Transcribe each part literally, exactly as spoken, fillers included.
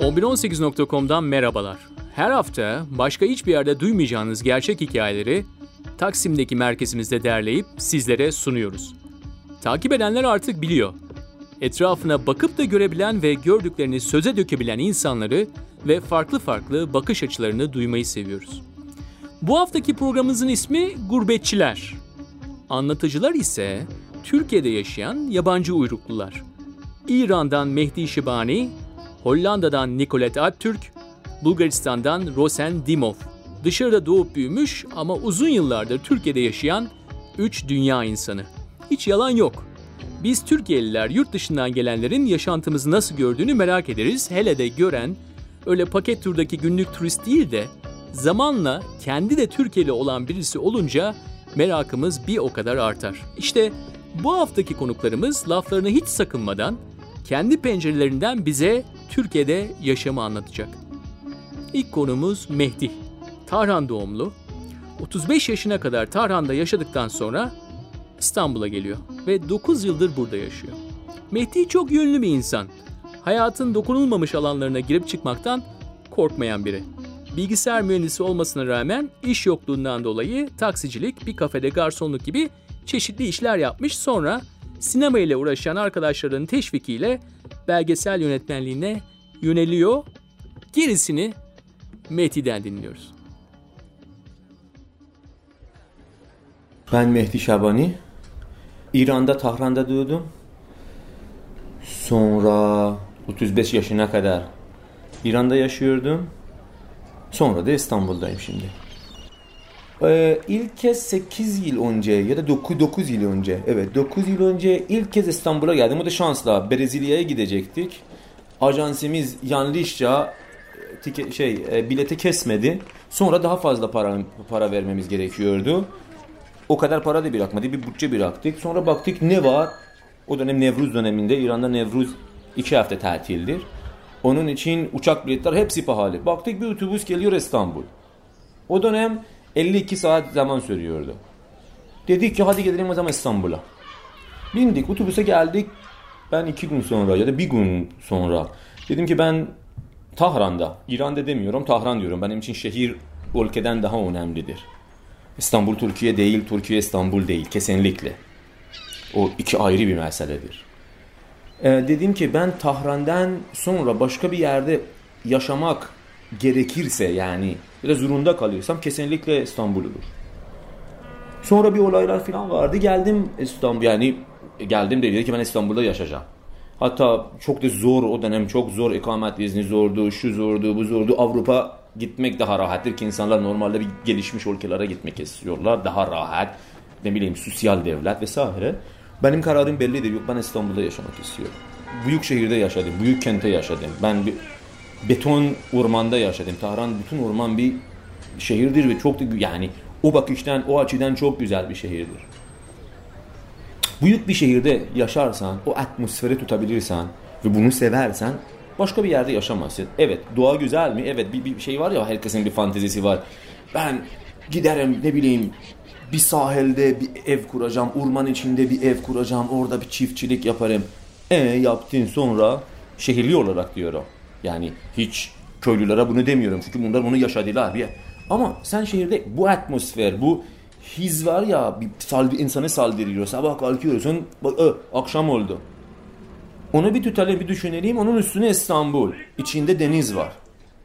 on bir on sekiz nokta com'dan merhabalar. Her hafta başka hiçbir yerde duymayacağınız gerçek hikayeleri Taksim'deki merkezimizde derleyip sizlere sunuyoruz. Takip edenler artık biliyor. Etrafına bakıp da görebilen ve gördüklerini söze dökebilen insanları ve farklı farklı bakış açılarını duymayı seviyoruz. Bu haftaki programımızın ismi Gurbetçiler. Anlatıcılar ise Türkiye'de yaşayan yabancı uyruklular. İran'dan Mehdi Şibani, Hollanda'dan Nicolette Alptürk, Bulgaristan'dan Rosen Dimov. Dışarıda doğup büyümüş ama uzun yıllardır Türkiye'de yaşayan üç dünya insanı. Hiç yalan yok. Biz Türkiye'liler yurt dışından gelenlerin yaşantımızı nasıl gördüğünü merak ederiz. Hele de gören öyle paket turdaki günlük turist değil de zamanla kendi de Türkiye'li olan birisi olunca merakımız bir o kadar artar. İşte bu haftaki konuklarımız laflarını hiç sakınmadan kendi pencerelerinden bize Türkiye'de yaşamı anlatacak. İlk konumuz Mehdi. Tahran doğumlu. otuz beş yaşına kadar Tahran'da yaşadıktan sonra İstanbul'a geliyor ve dokuz yıldır burada yaşıyor. Mehdi çok yönlü bir insan. Hayatın dokunulmamış alanlarına girip çıkmaktan korkmayan biri. Bilgisayar mühendisi olmasına rağmen iş yokluğundan dolayı taksicilik, bir kafede garsonluk gibi çeşitli işler yapmış. Sonra sinema ile uğraşan arkadaşlarının teşvikiyle belgesel yönetmenliğine yöneliyor. Gerisini Mehdi'den dinliyoruz. Ben Mehdi Şabani. İran'da, Tahran'da doğdum. Sonra otuz beş yaşına kadar İran'da yaşıyordum. Sonra da İstanbul'dayım şimdi. Ee, ilk kez sekiz yıl önce ya da dokuz yıl önce, evet dokuz yıl önce ilk kez İstanbul'a geldim. O da şansla Brezilya'ya gidecektik. Ajansımız yanlışça tike, şey e, bileti kesmedi. Sonra daha fazla para para vermemiz gerekiyordu. O kadar para da bırakmadı. Bir bütçe bıraktık. Sonra baktık ne var? O dönem Nevruz döneminde. İran'da Nevruz iki hafta tatildir. Onun için uçak biletler hepsi pahalı. Baktık bir otobüs geliyor İstanbul. O dönem elli iki saat zaman sürüyordu. Dedik ki hadi gidelim o zaman İstanbul'a. Bindik otobüse geldik. Ben iki gün sonra ya da bir gün sonra dedim ki ben Tahran'da, İran'da demiyorum, Tahran diyorum. Benim için şehir ülkeden daha önemlidir. İstanbul Türkiye değil, Türkiye İstanbul değil. Kesinlikle. O iki ayrı bir meseledir. Ee, dedim ki ben Tahran'dan sonra başka bir yerde yaşamak gerekirse yani biraz zorunda kalıyorsam kesinlikle İstanbul olur. Sonra bir olaylar falan vardı. Geldim İstanbul yani geldim de dedi ki ben İstanbul'da yaşayacağım. Hatta çok da zor o dönem çok zor ikamet izni zordu, şu zordu, bu zordu. Avrupa gitmek daha rahattır ki insanlar normalde bir gelişmiş ülkelere gitmek istiyorlar. Daha rahat, ne bileyim sosyal devlet vesaire. Benim kararım bellidir. Yok ben İstanbul'da yaşamak istiyorum. Büyük şehirde yaşadım, büyük kente yaşadım. Ben bir beton ormanda yaşadım. Tahran bütün orman bir şehirdir ve çok da yani o bakıştan, o açıdan çok güzel bir şehirdir. Büyük bir şehirde yaşarsan, o atmosferi tutabilirsen ve bunu seversen başka bir yerde yaşamazsın. Evet, doğa güzel mi? Evet, bir, bir şey var ya herkesin bir fantezisi var. Ben giderim ne bileyim bir sahilde bir ev kuracağım, orman içinde bir ev kuracağım, orada bir çiftçilik yaparım. E yaptın sonra şehirli olarak diyorum. Yani hiç köylülere bunu demiyorum çünkü bunlar bunu yaşadılar bir. Ama sen şehirde bu atmosfer, bu his var ya bir saldır, insanı saldırıyor. Sabah kalkıyorsun, bak ö, akşam oldu. Onu bir tutalım, bir düşünelim. Onun üstüne İstanbul. İçinde deniz var.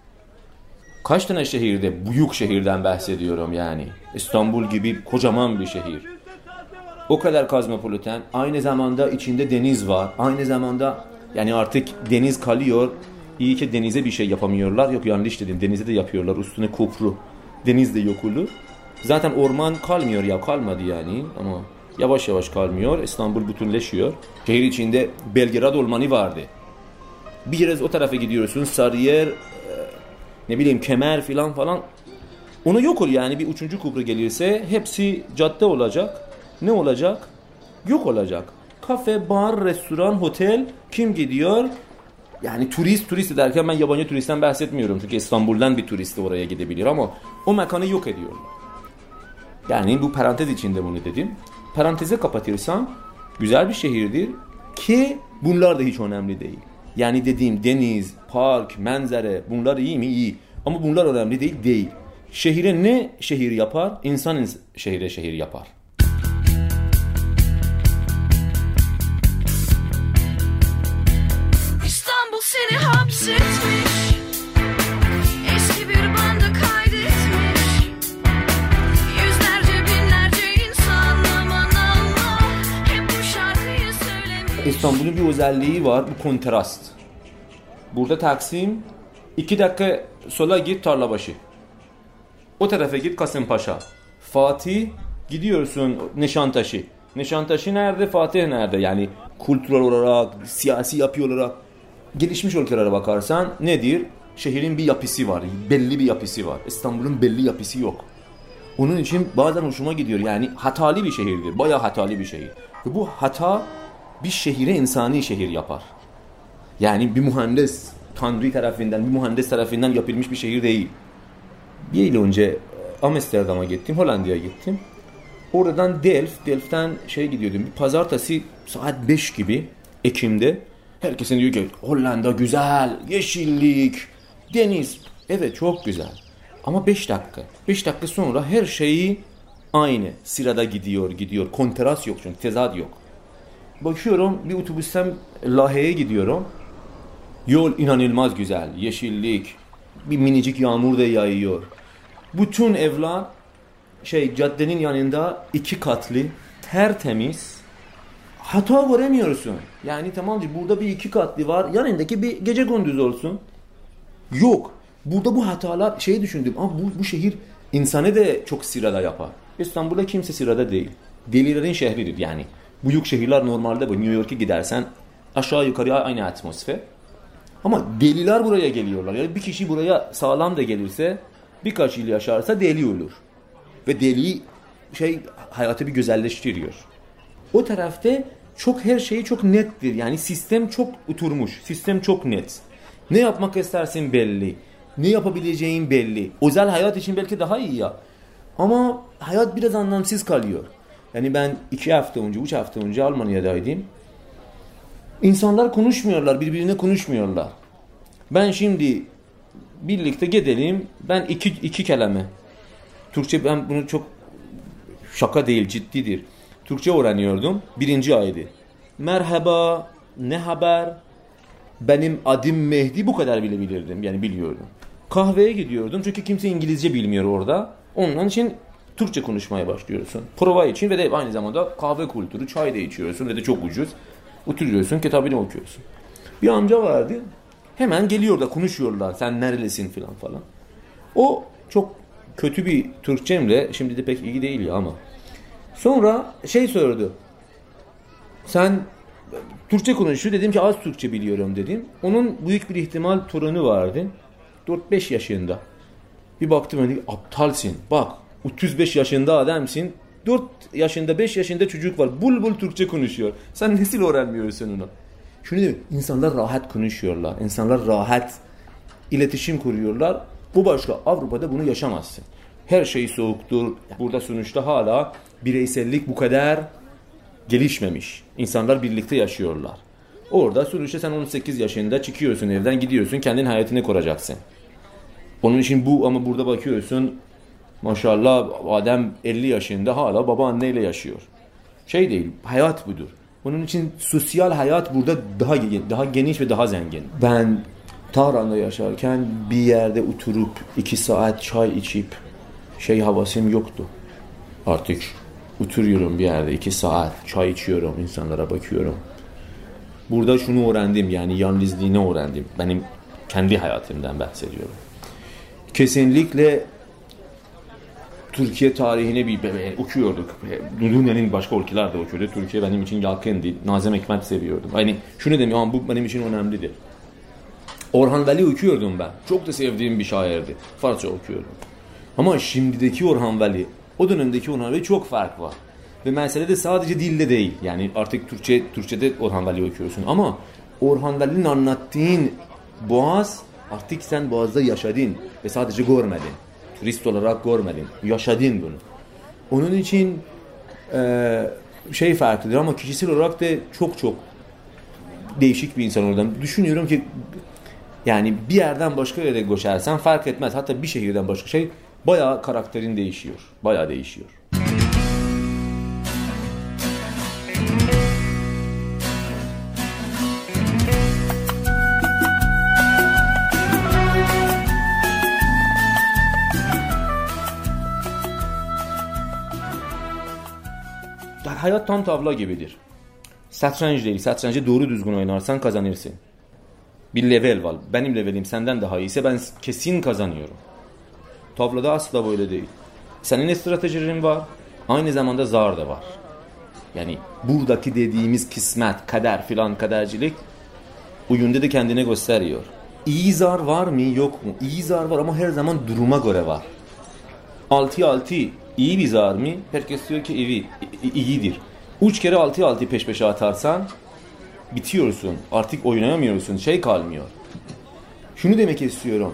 Kaç tane şehirde, büyük şehirden bahsediyorum yani. İstanbul gibi kocaman bir şehir. O kadar kozmopolitan. Aynı zamanda içinde deniz var. Aynı zamanda yani artık deniz kalıyor. İyi ki denize bir şey yapamıyorlar. Yok yanlış dedim. Denize de yapıyorlar. Üstüne köprü. Deniz de yok olur. Zaten orman kalmıyor ya. Kalmadı yani. Ama yavaş yavaş kalmıyor. İstanbul bütünleşiyor. Şehir içinde Belgrad ormanı vardı. Biraz o tarafa gidiyorsun. Sarıyer, ne bileyim Kemer filan falan. Onu yok ol yani bir üçüncü köprü gelirse hepsi cadde olacak. Ne olacak? Yok olacak. Kafe, bar, restoran, otel kim gidiyor? Yani turist, turist derken ben yabancı turistten bahsetmiyorum. Çünkü İstanbul'dan bir turist de oraya gidebilir ama o mekanı yok ediyorlar. Yani bu parantez içinde bunu dedim. Paranteze kapatırsam güzel bir şehirdir ki bunlar da hiç önemli değil. Yani dediğim deniz, park, manzara bunlar iyi mi? İyi. Ama bunlar önemli değil, değil. Şehire ne şehir yapar? İnsan şehire şehir yapar. İstanbul seni hapsetmiş, eski bir banda kaydetmiş, yüzlerce binlerce insan aman Allah hep bu şarkıyı söylemiş. İstanbul'un bir özelliği var, bu kontrast. Burada Taksim, iki dakika sola git Tarlabaşı. O tarafa git Kasımpaşa. Fatih gidiyorsun Nişantaşı. Nişantaşı nerede? Fatih nerede? Yani kültürel olarak, siyasi yapı olarak gelişmiş ülkelere bakarsan nedir? Şehrin bir yapısı var. Belli bir yapısı var. İstanbul'un belli yapısı yok. Onun için bazen hoşuma gidiyor. Yani hatalı bir şehirdir. Bayağı hatalı bir şehir. Ve bu hata bir şehire insani şehir yapar. Yani bir mühendis Tanrı tarafından, bir mühendis tarafından yapılmış bir şehir değil. Bir yıl önce Amsterdam'a gittim, Hollanda'ya gittim. Oradan Delft, Delft'ten şey gidiyordum. Bir pazartesi saat beş gibi Ekim'de herkesin diyor ki Hollanda güzel, yeşillik, deniz. Evet çok güzel. Ama beş dakika. beş dakika sonra her şeyi aynı sırada gidiyor, gidiyor. Kontrast yok çünkü tezat yok. Bakıyorum bir otobüsten Lahey'e gidiyorum. Yol inanılmaz güzel, yeşillik, bir minicik yağmur da yağıyor. Bütün evler şey caddenin yanında iki katlı, tertemiz. Hata göremiyorsun. Yani tamam burada bir iki katlı var, yanındaki bir gece gündüz olsun. Yok. Burada bu hatalar şey düşündüm. Ama bu, bu şehir insanı da çok sırada yapar. İstanbul'da kimse sırada değil. Delilerin şehridir yani. Büyük şehirler normalde bu. New York'a gidersen aşağı yukarı aynı atmosfer. Ama deliler buraya geliyorlar. Yani bir kişi buraya sağlam da gelirse, birkaç yıl yaşarsa deli olur. Ve deli şey hayatı bir güzelleştiriyor. O tarafta çok her şey çok nettir. Yani sistem çok oturmuş. Sistem çok net. Ne yapmak istersin belli. Ne yapabileceğin belli. Özel hayat için belki daha iyi ya. Ama hayat biraz anlamsız kalıyor. Yani ben iki hafta önce, üç hafta önce Almanya'daydım. İnsanlar konuşmuyorlar, birbirine konuşmuyorlar. Ben şimdi birlikte gidelim, ben iki, iki kelime. Türkçe ben bunu çok şaka değil, ciddidir. Türkçe öğreniyordum, birinci aydı. Merhaba, ne haber? Benim adım Mehdi, bu kadar bile bilirdim, yani biliyordum. Kahveye gidiyordum çünkü kimse İngilizce bilmiyor orada. Onun için Türkçe konuşmaya başlıyorsun. Prova için ve de aynı zamanda kahve kültürü, çay da içiyorsun ve de çok ucuz. Oturuyorsun, kitabını okuyorsun. Bir amca vardı. Hemen geliyor da konuşuyorlar. Sen nerelisin falan falan. O çok kötü bir Türkçemle, şimdi de pek iyi değil ya ama. Sonra şey sordu. Sen Türkçe konuşuyor. Dedim ki az Türkçe biliyorum dedim. Onun büyük bir ihtimal torunu vardı. dört beş yaşında. Bir baktım dedi aptalsın. Bak otuz beş yaşında adamsın. dört yaşında beş yaşında çocuk var. Bul bul Türkçe konuşuyor. Sen nasıl öğrenmiyorsun onu? Şunu diyorum. İnsanlar rahat konuşuyorlar. İnsanlar rahat iletişim kuruyorlar. Bu başka. Avrupa'da bunu yaşamazsın. Her şey soğuktur. Burada sonuçta hala bireysellik bu kadar gelişmemiş. İnsanlar birlikte yaşıyorlar. Orada sonuçta sen on sekiz yaşında çıkıyorsun evden gidiyorsun. Kendin hayatını kuracaksın. Onun için bu ama burada bakıyorsun maşallah adam elli yaşında hala babaanneyle yaşıyor. Şey değil, hayat budur. Onun için sosyal hayat burada daha daha geniş ve daha zengin. Ben Tahran'da yaşarken bir yerde oturup iki saat çay içip şey havasım yoktu. Artık oturuyorum bir yerde iki saat çay içiyorum, insanlara bakıyorum. Burada şunu öğrendim, yani yalnızlığını öğrendim. Benim kendi hayatımdan bahsediyorum. Kesinlikle Türkiye tarihine bir okuyorduk. Dünyanın başka ülkelerde okuyordu. Türkiye benim için yakındı. Nazım Hikmet seviyordum. Yani şunu demiyorum, bu benim için önemlidir. Orhan Veli okuyordum ben. Çok da sevdiğim bir şairdi. Farsça okuyordum. Ama şimdiki Orhan Veli, o dönemdeki Orhan Veli çok fark var. Ve mesele de sadece dilde değil. Yani artık Türkçe Türkçe'de Orhan Veli okuyorsun. Ama Orhan Veli'nin anlattığın Boğaz, artık sen Boğaz'da yaşadın ve sadece görmedin. Turist olarak görmedin. Yaşadın bunu. Onun için e, şey farklıdır ama kişisel olarak da çok çok değişik bir insan oldum. Düşünüyorum ki yani bir yerden başka yere göçersen fark etmez. Hatta bir şehirden başka şey bayağı karakterin değişiyor. Bayağı değişiyor. Hayat tam tavla gibidir. Satranç değil. Satrancı doğru düzgün oynarsan kazanırsın. Bir level var. Benim levelim senden daha iyiyse ben kesin kazanıyorum. Tavlada asla böyle değil. Senin stratejilerin var. Aynı zamanda zar da var. Yani buradaki dediğimiz kısmet, kader filan kadercilik oyunda da kendine gösteriyor. İyi zar var mı yok mu? İyi zar var ama her zaman duruma göre var. altı altı iyi bir zar mı? Herkes diyor ki iyi, iyidir. Üç kere altı altı peş peşe atarsan bitiyorsun. Artık oynayamıyorsun. Şey kalmıyor. Şunu demek istiyorum.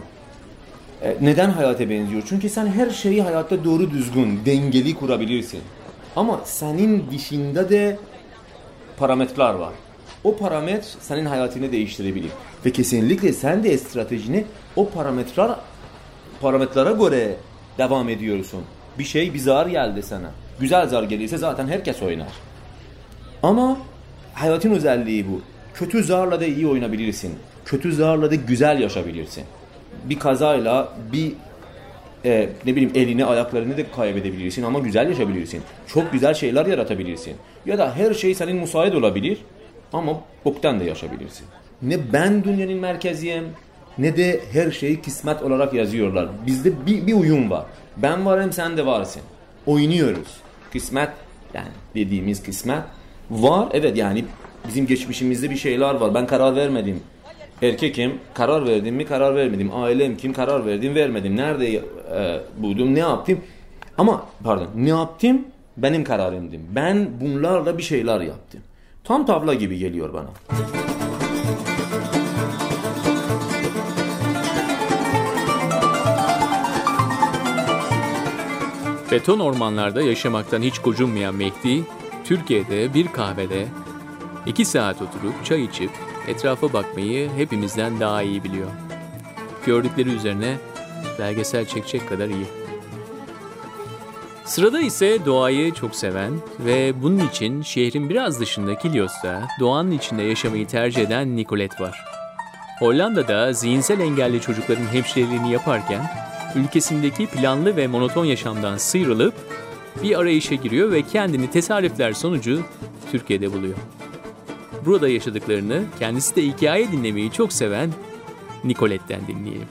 E, neden hayata benziyor? Çünkü sen her şeyi hayatta doğru düzgün, dengeli kurabilirsin. Ama senin dışında da parametreler var. O parametre senin hayatını değiştirebilir. Ve kesinlikle sen de stratejini o parametreler parametrelere göre devam ediyorsun. Bir şey bir zar geldi sana. Güzel zar gelirse zaten herkes oynar. Ama hayatın özelliği bu. Kötü zarla da iyi oynayabilirsin. Kötü zarla da güzel yaşayabilirsin. Bir kazayla bir e, ne bileyim elini ayaklarını da kaybedebilirsin ama güzel yaşayabilirsin. Çok güzel şeyler yaratabilirsin. Ya da her şey senin müsait olabilir ama boktan da yaşayabilirsin. Ne ben dünyanın merkeziyim ne de her şeyi kısmet olarak yazıyorlar. Bizde bir, bir uyum var. Ben varım sen de varsın. Oynuyoruz. Kısmet yani dediğimiz kısmet var. Evet yani bizim geçmişimizde bir şeyler var. Ben karar vermedim. Erkekim, karar verdim mi karar vermedim. Ailem kim, karar verdim vermedim. Nerede e, buldum, ne yaptım? Ama pardon, ne yaptım? Benim kararımdı. Ben bunlarla bir şeyler yaptım. Tam tavla gibi geliyor bana. Beton ormanlarda yaşamaktan hiç gocunmayan Mehdi, Türkiye'de bir kahvede iki saat oturup çay içip etrafa bakmayı hepimizden daha iyi biliyor. Gördükleri üzerine belgesel çekecek kadar iyi. Sırada ise doğayı çok seven ve bunun için şehrin biraz dışında Kilyos'ta doğanın içinde yaşamayı tercih eden Nicolette var. Hollanda'da zihinsel engelli çocukların hemşireliğini yaparken ülkesindeki planlı ve monoton yaşamdan sıyrılıp bir arayışa giriyor ve kendini tesadüfler sonucu Türkiye'de buluyor. Burada yaşadıklarını kendisi de hikaye dinlemeyi çok seven Nicolette'den dinleyelim.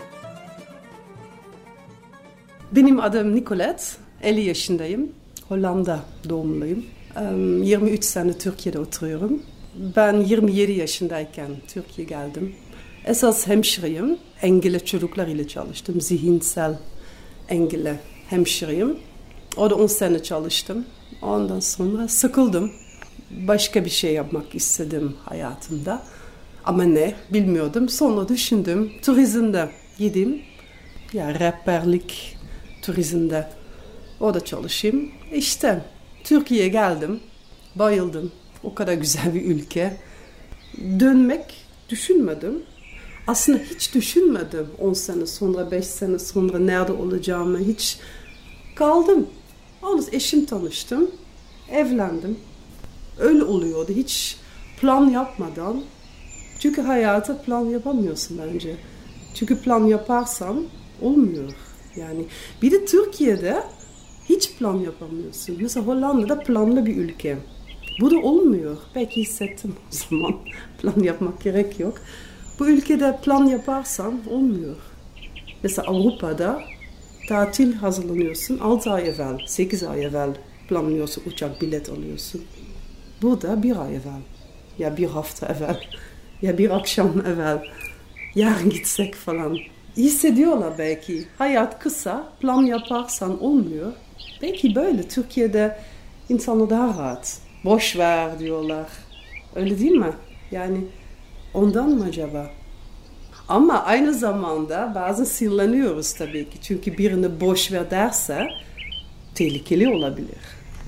Benim adım Nicolette, elli yaşındayım. Hollanda doğumluyum. yirmi üç sene Türkiye'de oturuyorum. Ben yirmi yedi yaşındayken Türkiye'ye geldim. Esas hemşireyim. Engelli çocuklar ile çalıştım. Zihinsel engelli hemşireyim. Orada on sene çalıştım. Ondan sonra sıkıldım. Başka bir şey yapmak istedim hayatımda. Ama ne bilmiyordum. Sonra düşündüm. Turizmde gideyim. Ya rehberlik turizmde. Orada çalışayım. İşte Türkiye'ye geldim. Bayıldım. O kadar güzel bir ülke. Dönmek düşünmedim. Aslında hiç düşünmedim. on sene sonra, beş sene sonra nerede olacağımı hiç kaldım. Yalnız eşim tanıştım. Evlendim. Öyle oluyordu. Hiç plan yapmadan. Çünkü hayata plan yapamıyorsun bence. Çünkü plan yaparsan olmuyor. Yani bir de Türkiye'de hiç plan yapamıyorsun. Mesela Hollanda'da planlı bir ülke. Bu da olmuyor. Belki hissettim o zaman. Plan yapmak gerek yok. Bu ülkede plan yaparsan olmuyor. Mesela Avrupa'da tatil hazırlanıyorsun. altı ay evvel, sekiz ay evvel planlıyorsun. Uçak bilet alıyorsun. Burada bir ay evvel. Ya bir hafta evvel. Ya bir akşam evvel. Yarın gitsek falan. Hissediyorlar belki. Hayat kısa. Plan yaparsan olmuyor. Belki böyle. Türkiye'de insanlar daha rahat. Boş ver diyorlar. Öyle değil mi? Yani ondan mı acaba? Ama aynı zamanda bazen sinirleniyoruz tabii ki. Çünkü birini boş ver derse tehlikeli olabilir.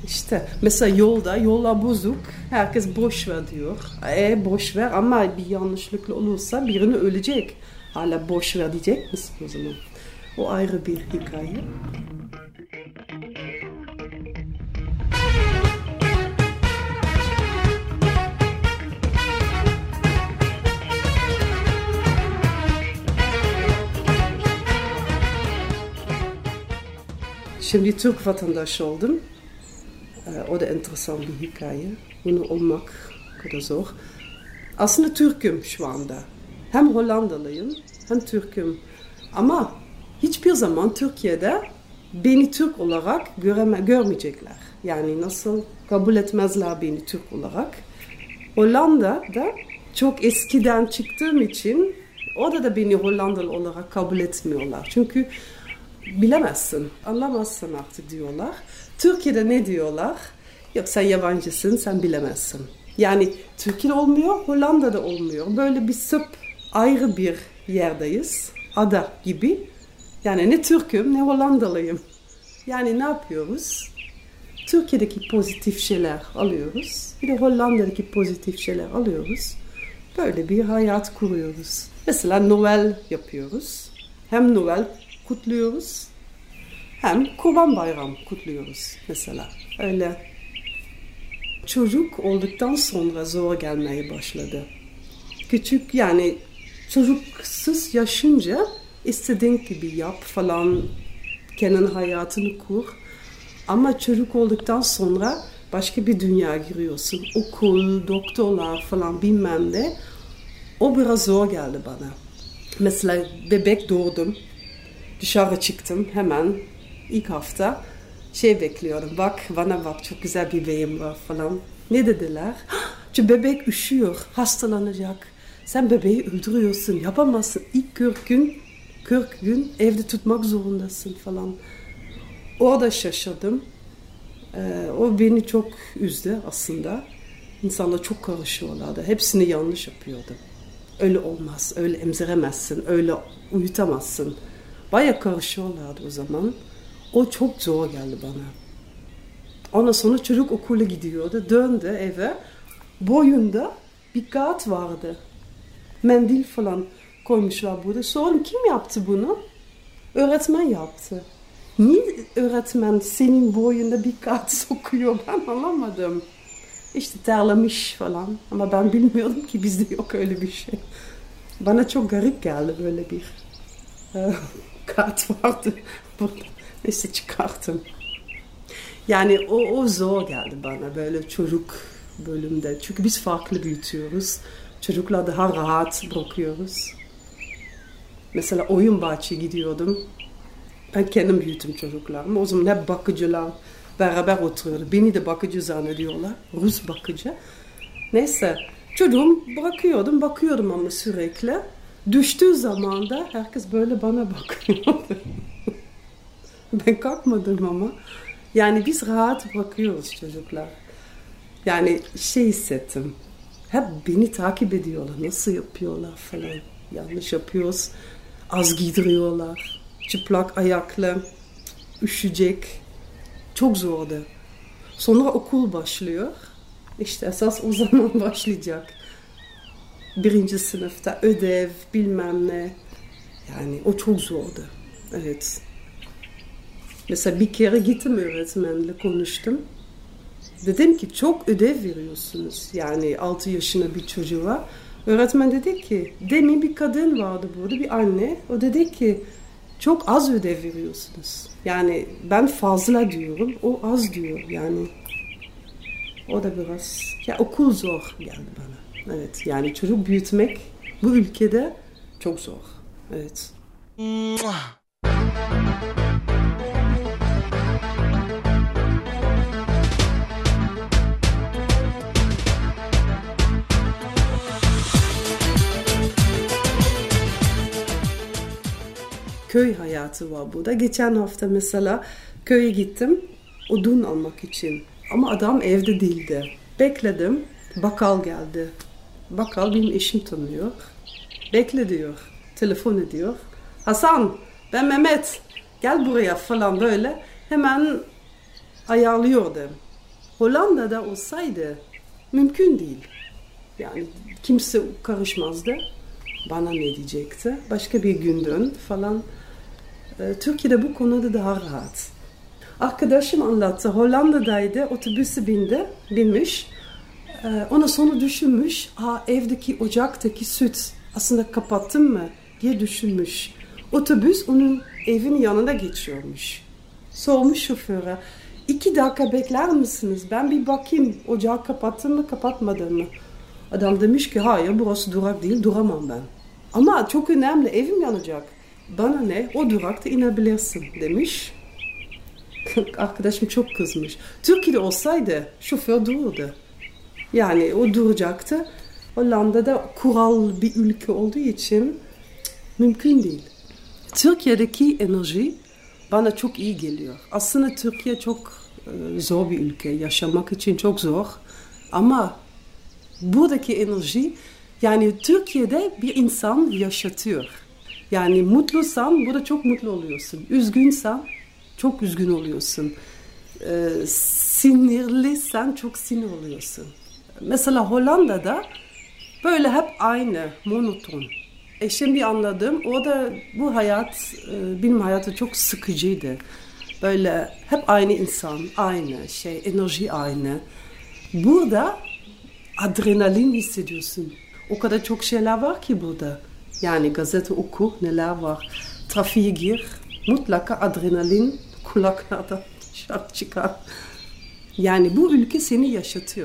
İşte mesela yolda, yollar bozuk, herkes boş ver diyor. E boş ver ama bir yanlışlıkla olursa birini ölecek. Hala boş ver diyecek misin o zaman? O ayrı bir hikaye. Şimdi Türk vatandaşı oldum. O da enteresan bir hikaye. Bunu olmak kadar zor. Aslında Türk'üm şu anda. Hem Hollandalıyım hem Türk'üm. Ama hiçbir zaman Türkiye'de beni Türk olarak göreme, görmeyecekler. Yani nasıl kabul etmezler beni Türk olarak. Hollanda'da çok eskiden çıktığım için orada da beni Hollandalı olarak kabul etmiyorlar. Çünkü bilemezsin, anlamazsın artık diyorlar. Türkiye'de ne diyorlar? Yok sen yabancısın, sen bilemezsin. Yani Türkiye'de olmuyor, Hollanda'da olmuyor. Böyle bir sıp ayrı bir yerdeyiz. Ada gibi. Yani ne Türk'üm ne Hollandalıyım. Yani ne yapıyoruz? Türkiye'deki pozitif şeyler alıyoruz. Bir de Hollanda'daki pozitif şeyler alıyoruz. Böyle bir hayat kuruyoruz. Mesela Noel yapıyoruz. Hem Noel kutluyoruz hem Kurban Bayramı kutluyoruz mesela. Öyle. Çocuk olduktan sonra zor gelmeye başladı. Küçük yani çocuksuz yaşınca istediğin gibi yap falan, kendi hayatını kur. Ama çocuk olduktan sonra başka bir dünya giriyorsun. Okul, doktorlar falan bilmem ne. O biraz zor geldi bana. Mesela bebek doğdum. Dışarı çıktım hemen ilk hafta. Şey bekliyorum, bak bana bak çok güzel bir bebeğim var falan. Ne dediler? Şu bebek üşüyor, hastalanacak. Sen bebeği öldürüyorsun, yapamazsın. İlk kırk gün, kırk gün evde tutmak zorundasın falan. Orada şaşırdım. Ee, o beni çok üzdü aslında. İnsanlar çok karışıyorlardı. Hepsini yanlış yapıyordu. Öyle olmaz, öyle emziremezsin, öyle uyutamazsın. Bayağı karışıyorlardı o zaman. O çok zor geldi bana. Ondan sonra çocuk okula gidiyordu. Döndü eve. Boyunda bir kağıt vardı. Mendil falan koymuşlar burada. Sordum kim yaptı bunu? Öğretmen yaptı. Niye öğretmen senin boyunda bir kağıt sokuyor? Ben anlamadım. İşte terlemiş falan. Ama ben bilmiyordum ki bizde yok öyle bir şey. Bana çok garip geldi böyle bir e, kağıt vardı burada. Neyse çıkarttım. Yani o, o zor geldi bana böyle çocuk bölümde. Çünkü biz farklı büyütüyoruz. Çocuklar daha rahat bırakıyoruz. Mesela oyun bahçeye gidiyordum. Ben kendim büyüttüm çocuklarımı. O zaman hep bakıcılar beraber oturuyordu. Beni de bakıcı zannediyorlar. Rus bakıcı. Neyse. Çocuğum bırakıyordum. Bakıyordum ama sürekli. Düştüğü zaman da herkes böyle bana bakıyordu. Ben kalkmadım ama. Yani biz rahat bırakıyoruz çocuklar. Yani şey hissettim. Hep beni takip ediyorlar. Nasıl yapıyorlar falan. Yanlış yapıyoruz. Az giydiriyorlar. Çıplak ayaklı. Üşüyecek. Çok zordu. Sonra okul başlıyor. İşte esas o zaman başlayacak. Birinci sınıfta ödev bilmem ne. Yani o çok zordu. Evet. Mesela bir kere gittim öğretmenle konuştum. Dedim ki çok ödev veriyorsunuz. Yani altı yaşında bir çocuğu var. Öğretmen dedi ki demin bir kadın vardı burada bir anne. O dedi ki çok az ödev veriyorsunuz. Yani ben fazla diyorum. O az diyor yani. O da biraz ya okul zor geldi bana. Evet yani çocuk büyütmek bu ülkede çok zor. Evet. Köy hayatı var burada. Geçen hafta mesela köye gittim odun almak için. Ama adam evde değildi. Bekledim. Bakkal geldi. Bakkal benim eşim tanıyor. Bekle diyor. Telefon ediyor. Hasan ben Mehmet. Gel buraya falan böyle. Hemen ayarlıyordu. Hollanda'da olsaydı mümkün değil. Yani kimse karışmazdı. Bana ne diyecekti? Başka bir gün dön falan. Ee, Türkiye'de bu konuda daha rahat. Arkadaşım anlattı. Hollanda'daydı. Otobüsü bindi. Binmiş. Ee, ona sonra düşünmüş. Aa, evdeki ocaktaki süt aslında kapattım mı diye düşünmüş. Otobüs onun evinin yanında geçiyormuş. Sormuş şoföre. İki dakika bekler misiniz? Ben bir bakayım. Ocağı kapattım mı kapatmadım mı? Adam demiş ki hayır burası durak değil, duramam ben. Ama çok önemli, evim yanacak. Bana ne, o durakta inebilirsin demiş. Arkadaşım çok kızmış. Türkiye'de olsaydı şoför dururdu. Yani o duracaktı. Hollanda'da kural bir ülke olduğu için mümkün değil. Türkiye'deki enerji bana çok iyi geliyor. Aslında Türkiye çok e, zor bir ülke. Yaşamak için çok zor. Ama buradaki enerji, yani Türkiye'de bir insan yaşatıyor. Yani mutluysan burada çok mutlu oluyorsun. Üzgünsen çok üzgün oluyorsun. Ee, sinirliysen çok sinir oluyorsun. Mesela Hollanda'da böyle hep aynı, monoton. E şimdi anladım. O da bu hayat, benim hayatım çok sıkıcıydı. Böyle hep aynı insan, aynı şey, enerji aynı. Burada adrenalin hissediyorsun. O kadar çok şeyler var ki burada. Yani gazete oku, neler var. Trafiğe gir, mutlaka adrenalin kulaklarda şarkı çıkar. Yani bu ülke seni yaşatıyor.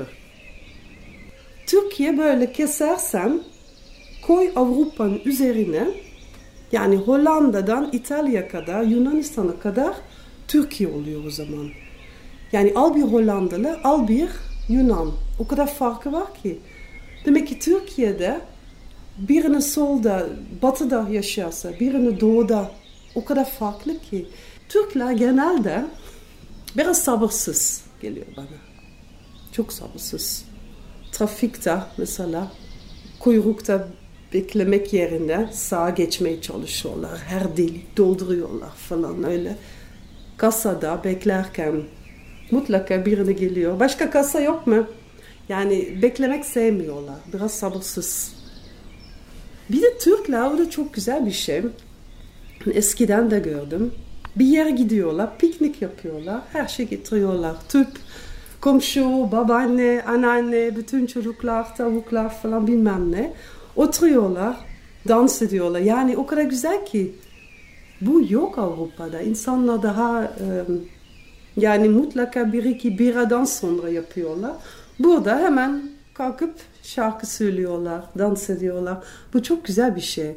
Türkiye böyle kesersen, koy Avrupa'nın üzerine, yani Hollanda'dan İtalya'ya kadar, Yunanistan'a kadar Türkiye oluyor o zaman. Yani al bir Hollandalı, al bir Yunan. O kadar farkı var ki. Demek ki Türkiye'de birini solda, batıda yaşarsa, birini doğuda o kadar farklı ki. Türkler genelde biraz sabırsız geliyor bana. Çok sabırsız. Trafikte mesela kuyrukta beklemek yerine sağa geçmeye çalışıyorlar. Her delik dolduruyorlar falan öyle. Kasada beklerken mutlaka birini geliyor. Başka kasa yok mu? Yani beklemek sevmiyorlar. Biraz sabırsız. Bir de Türkler, o da çok güzel bir şey. Eskiden de gördüm. Bir yere gidiyorlar, piknik yapıyorlar. Her şey getiriyorlar. Tüp, komşu, babaanne, anneanne, bütün çocuklar, tavuklar falan bilmem ne. Oturuyorlar, dans ediyorlar. Yani o kadar güzel ki. Bu yok Avrupa'da. İnsanlar daha e, yani mutlaka bir iki biradan sonra yapıyorlar. Burada hemen kalkıp şarkı söylüyorlar, dans ediyorlar. Bu çok güzel bir şey.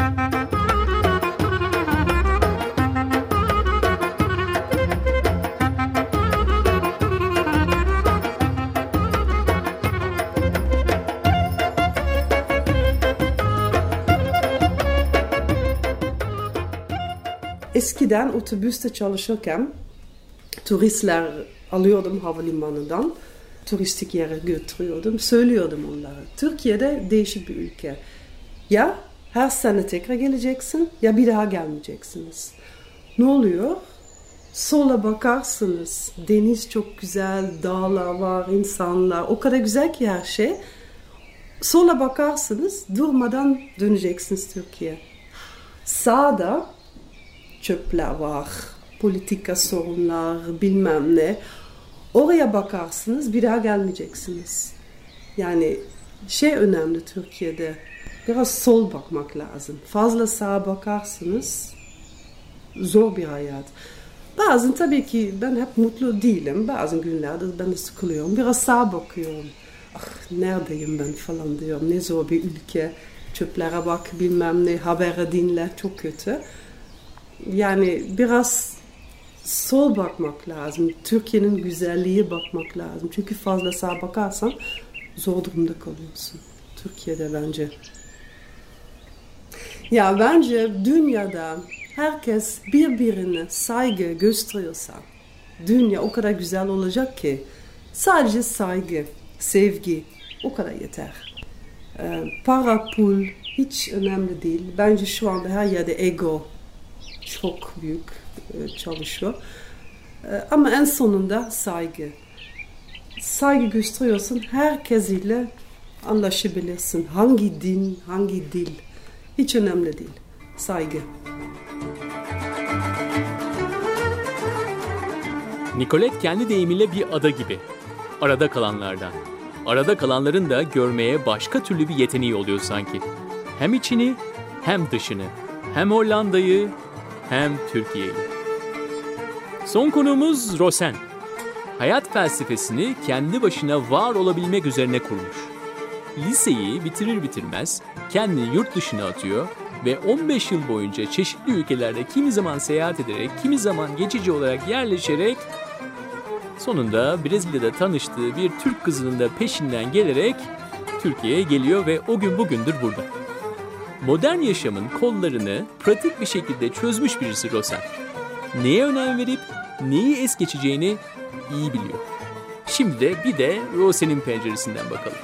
Eskiden otobüste çalışırken turistler alıyordum havalimanından. Turistik yere götürüyordum, söylüyordum onlara. Türkiye'de değişik bir ülke. Ya her sene tekrar geleceksin ya bir daha gelmeyeceksiniz. Ne oluyor? Sola bakarsınız. Deniz çok güzel, dağlar var, insanlar. O kadar güzel ki her şey. Sola bakarsınız, durmadan döneceksiniz Türkiye. Sağda çöpler var, politika sorunlar, bilmem ne. Oraya bakarsınız, bir daha gelmeyeceksiniz. Yani şey önemli Türkiye'de, biraz sol bakmak lazım. Fazla sağa bakarsınız, zor bir hayat. Bazen tabii ki ben hep mutlu değilim. Bazı günlerde ben de sıkılıyorum. Biraz sağa bakıyorum. Ah neredeyim ben falan diyorum. Ne zor bir ülke. Çöplere bak, bilmem ne, haberi dinle. Çok kötü. Yani biraz sol bakmak lazım. Türkiye'nin güzelliği bakmak lazım. Çünkü fazla sağa bakarsan zor durumda kalıyorsun. Türkiye'de bence. Ya bence dünyada herkes birbirine saygı gösteriyorsa dünya o kadar güzel olacak ki sadece saygı, sevgi o kadar yeter. Ee, para, pul hiç önemli değil. Bence şu anda her yerde ego çok büyük çalışıyor. Ama en sonunda saygı. saygı gösteriyorsun, herkesiyle anlaşabilirsin. Hangi din, hangi dil, hiç önemli değil. Saygı. Nicolette kendi deyimiyle bir ada gibi. Arada kalanlardan. Arada kalanların da görmeye başka türlü bir yeteneği oluyor sanki. Hem içini hem dışını. Hem Hollanda'yı hem Türkiye'yi. Son konuğumuz Rosen. Hayat felsefesini kendi başına var olabilmek üzerine kurmuş. Liseyi bitirir bitirmez kendini yurt dışına atıyor ve on beş yıl boyunca çeşitli ülkelerde kimi zaman seyahat ederek, kimi zaman geçici olarak yerleşerek sonunda Brezilya'da tanıştığı bir Türk kızının da peşinden gelerek Türkiye'ye geliyor ve o gün bugündür burada. Modern yaşamın kollarını pratik bir şekilde çözmüş birisi Rosen. Neye önem verip neyi es geçeceğini iyi biliyor. Şimdi de bir de Rosen'in penceresinden bakalım.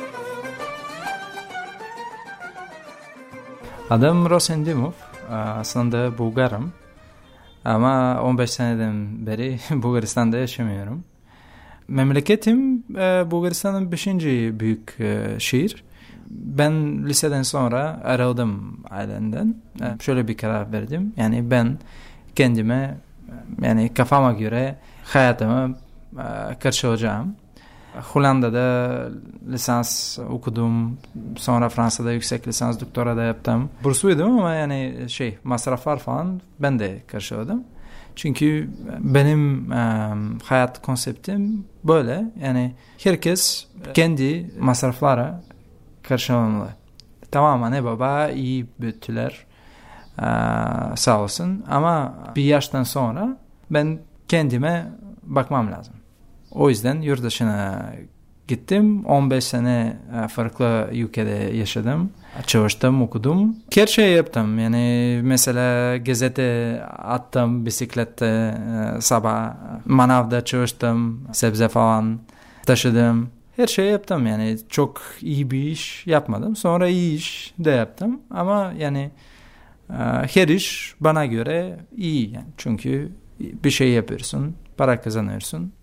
Adım Rosen Dimov. Aslında Bulgarım. Ama on beş seneden beri Bulgaristan'da yaşamıyorum. Memleketim Bulgaristan'ın beşinci büyük şehir. Ben liseden sonra ayrıldım ailemden. Şöyle bir karar verdim. Yani ben kendime, yani kafama göre hayatımı karşılayacağım. Hollanda'da lisans okudum. Sonra Fransa'da yüksek lisans doktora da yaptım. Bursluydum ama yani şey masraflar falan ben de karşıladım. Çünkü benim um, hayat konseptim böyle. Yani herkes kendi masraflara karşılamalı. Tamam anne baba iyi büyüttüler. Uh, sağ olsun. Ama bir yaştan sonra ben kendime bakmam lazım. O yüzden yurt dışına gittim. on beş sene farklı ülkede yaşadım. Çalıştım, okudum. Her şey yaptım. Yani mesela gazete attım, bisiklette sabah manavda çalıştım, sebze falan taşıdım. Her şey yaptım. Yani çok iyi bir iş yapmadım. Sonra iyi iş de yaptım. Ama yani her iş bana göre iyi. Yani çünkü bir şey yapıyorsun, para kazanıyorsun.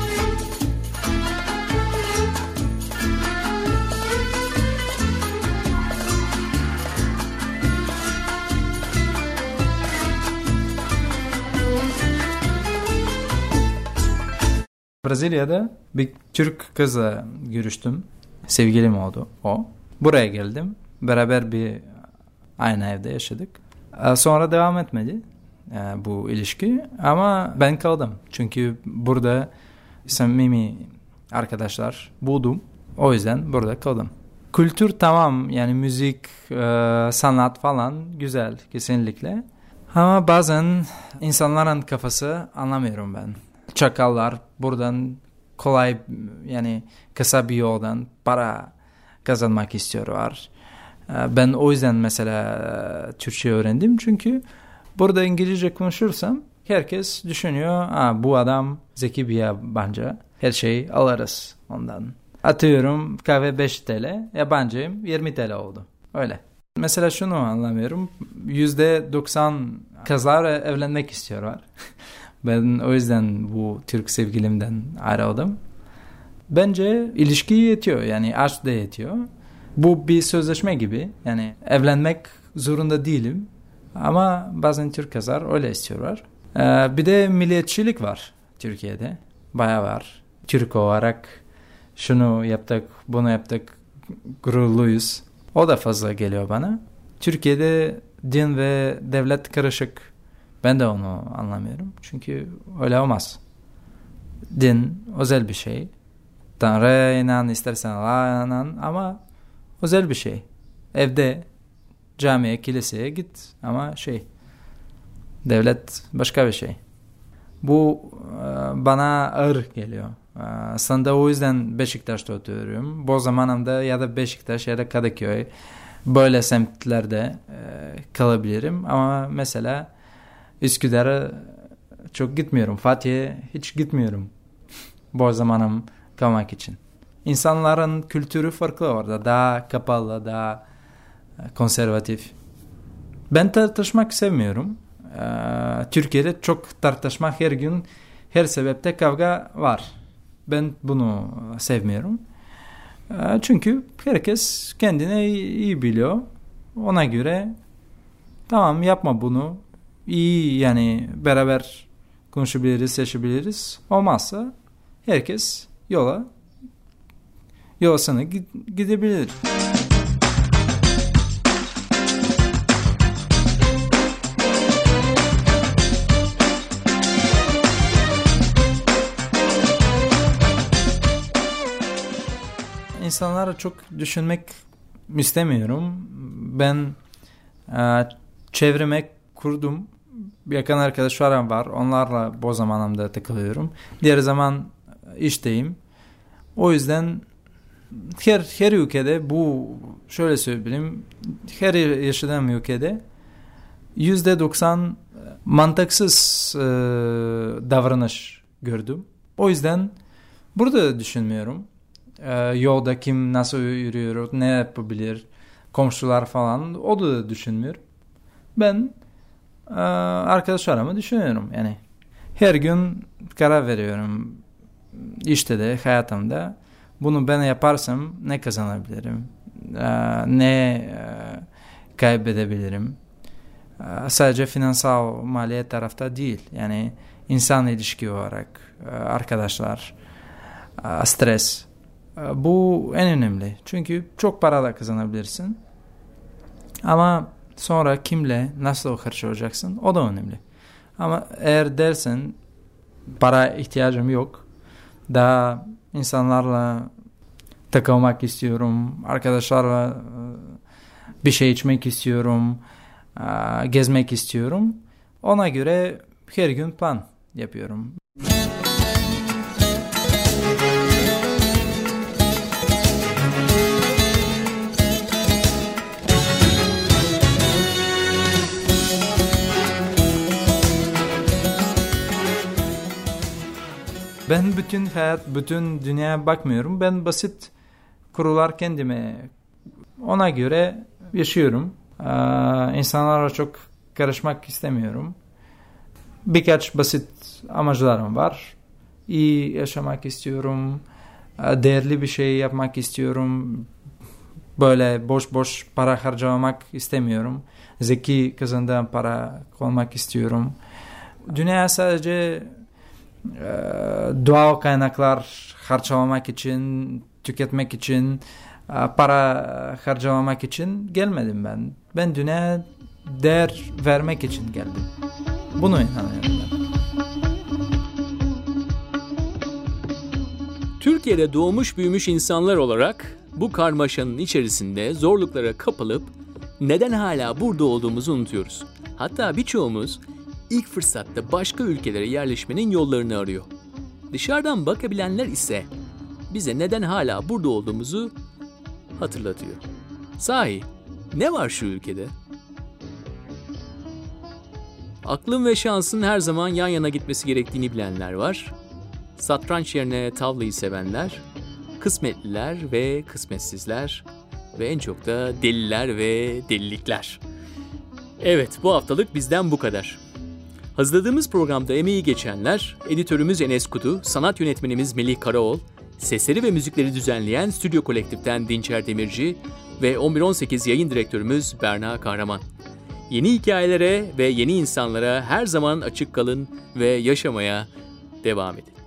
Brezilya'da bir Türk kızla görüştüm. Sevgilim oldu o. Buraya geldim. Beraber bir aynı evde yaşadık. Sonra devam etmedi bu ilişki. Ama ben kaldım. Çünkü burada samimi arkadaşlar buldum. O yüzden burada kaldım. Kültür tamam. Yani müzik, sanat falan güzel kesinlikle. Ama bazen insanların kafası anlamıyorum ben. Çakallar buradan kolay yani kısa bir yoldan para kazanmak istiyorlar. Ben o yüzden mesela Türkçe öğrendim çünkü burada İngilizce konuşursam herkes düşünüyor ha, bu adam zeki bir yabancı, her şeyi alırız ondan. Atıyorum kahve beş TL, yabancıyım yirmi TL oldu. Öyle. Mesela şunu anlamıyorum. yüzde doksan kızlar evlenmek istiyorlar. Ben o yüzden bu Türk sevgilimden ayrıldım. Bence ilişki yetiyor. Yani aşk da yetiyor. Bu bir sözleşme gibi. Yani evlenmek zorunda değilim. Ama bazen Türk kızlar öyle istiyorlar. Ee, bir de milliyetçilik var Türkiye'de. Bayağı var. Türk olarak şunu yaptık, bunu yaptık, gururluyuz. O da fazla geliyor bana. Türkiye'de din ve devlet karışık. Ben de onu anlamıyorum. Çünkü öyle olmaz. Din özel bir şey. Tanrı'ya inan, istersen Allah'a inan ama özel bir şey. Evde camiye, kiliseye git ama şey, devlet başka bir şey. Bu bana ağır geliyor. Aslında o yüzden Beşiktaş'ta oturuyorum. Bu zamanımda ya da Beşiktaş ya da Kadıköy böyle semtlerde kalabilirim. Ama mesela Üsküdar'a çok gitmiyorum. Fatih'e hiç gitmiyorum. Bu zamanım kalmak için. İnsanların kültürü farklı orada. Daha kapalı, daha konservatif. Ben tartışmak sevmiyorum. Ee, Türkiye'de çok tartışmak her gün, her sebepte kavga var. Ben bunu sevmiyorum. Çünkü herkes kendine iyi biliyor. Ona göre tamam yapma bunu. İyi yani beraber konuşabiliriz, yaşayabiliriz. Olmazsa herkes yola yolsana gidebilir. İnsanlara çok düşünmek istemiyorum. Ben e, çevreme kurdum. Yakın arkadaşlarım var. Onlarla bu zamanımda takılıyorum. Diğer zaman işteyim. O yüzden her her ülkede bu şöyle söyleyeyim. Her yaşadığım ülkede yüzde doksan mantıksız e, davranış gördüm. O yüzden burada düşünmüyorum. Ee, yolda kim nasıl yürüyor, ne yapabilir, komşular falan, o da düşünmüyorum. Ben e, arkadaşlarımı düşünüyorum. Yani her gün karar veriyorum. İşte de hayatımda bunu ben yaparsam ne kazanabilirim, e, ne e, kaybedebilirim. E, sadece finansal maliyet tarafta değil. Yani insan ilişki olarak, e, arkadaşlar, e, stres. Bu en önemli. Çünkü çok para da kazanabilirsin. Ama sonra kimle, nasıl harcayacaksın? O da önemli. Ama eğer dersen para ihtiyacım yok. Daha insanlarla takılmak istiyorum. Arkadaşlarla bir şey içmek istiyorum. Gezmek istiyorum. Ona göre her gün plan yapıyorum. Ben bütün hayat, bütün dünyaya bakmıyorum. Ben basit kurallar kendime, ona göre yaşıyorum. Ee, insanlara çok karışmak istemiyorum. Birkaç basit amaçlarım var. İyi yaşamak istiyorum. Değerli bir şey yapmak istiyorum. Böyle boş boş para harcamak istemiyorum. Zeki kazandığım para koymak istiyorum. Dünya sadece doğal kaynaklar harcamamak için, tüketmek için, para harcamamak için gelmedim ben. Ben dünyaya değer vermek için geldim. Bunu inanıyorum ben. Türkiye'de doğmuş büyümüş insanlar olarak bu karmaşanın içerisinde zorluklara kapılıp neden hala burada olduğumuzu unutuyoruz. Hatta birçoğumuz İlk fırsatta başka ülkelere yerleşmenin yollarını arıyor. Dışarıdan bakabilenler ise bize neden hala burada olduğumuzu hatırlatıyor. Sahi, ne var şu ülkede? Aklın ve şansın her zaman yan yana gitmesi gerektiğini bilenler var. Satranç yerine tavlayı sevenler, kısmetliler ve kısmetsizler ve en çok da deliler ve delilikler. Evet, bu haftalık bizden bu kadar. Hazırladığımız programda emeği geçenler, editörümüz Enes Kudu, sanat yönetmenimiz Melih Karaoğlu, sesleri ve müzikleri düzenleyen Stüdyo Kolektif'ten Dinçer Demirci ve on bir on sekiz yayın direktörümüz Berna Kahraman. Yeni hikayelere ve yeni insanlara her zaman açık kalın ve yaşamaya devam edin.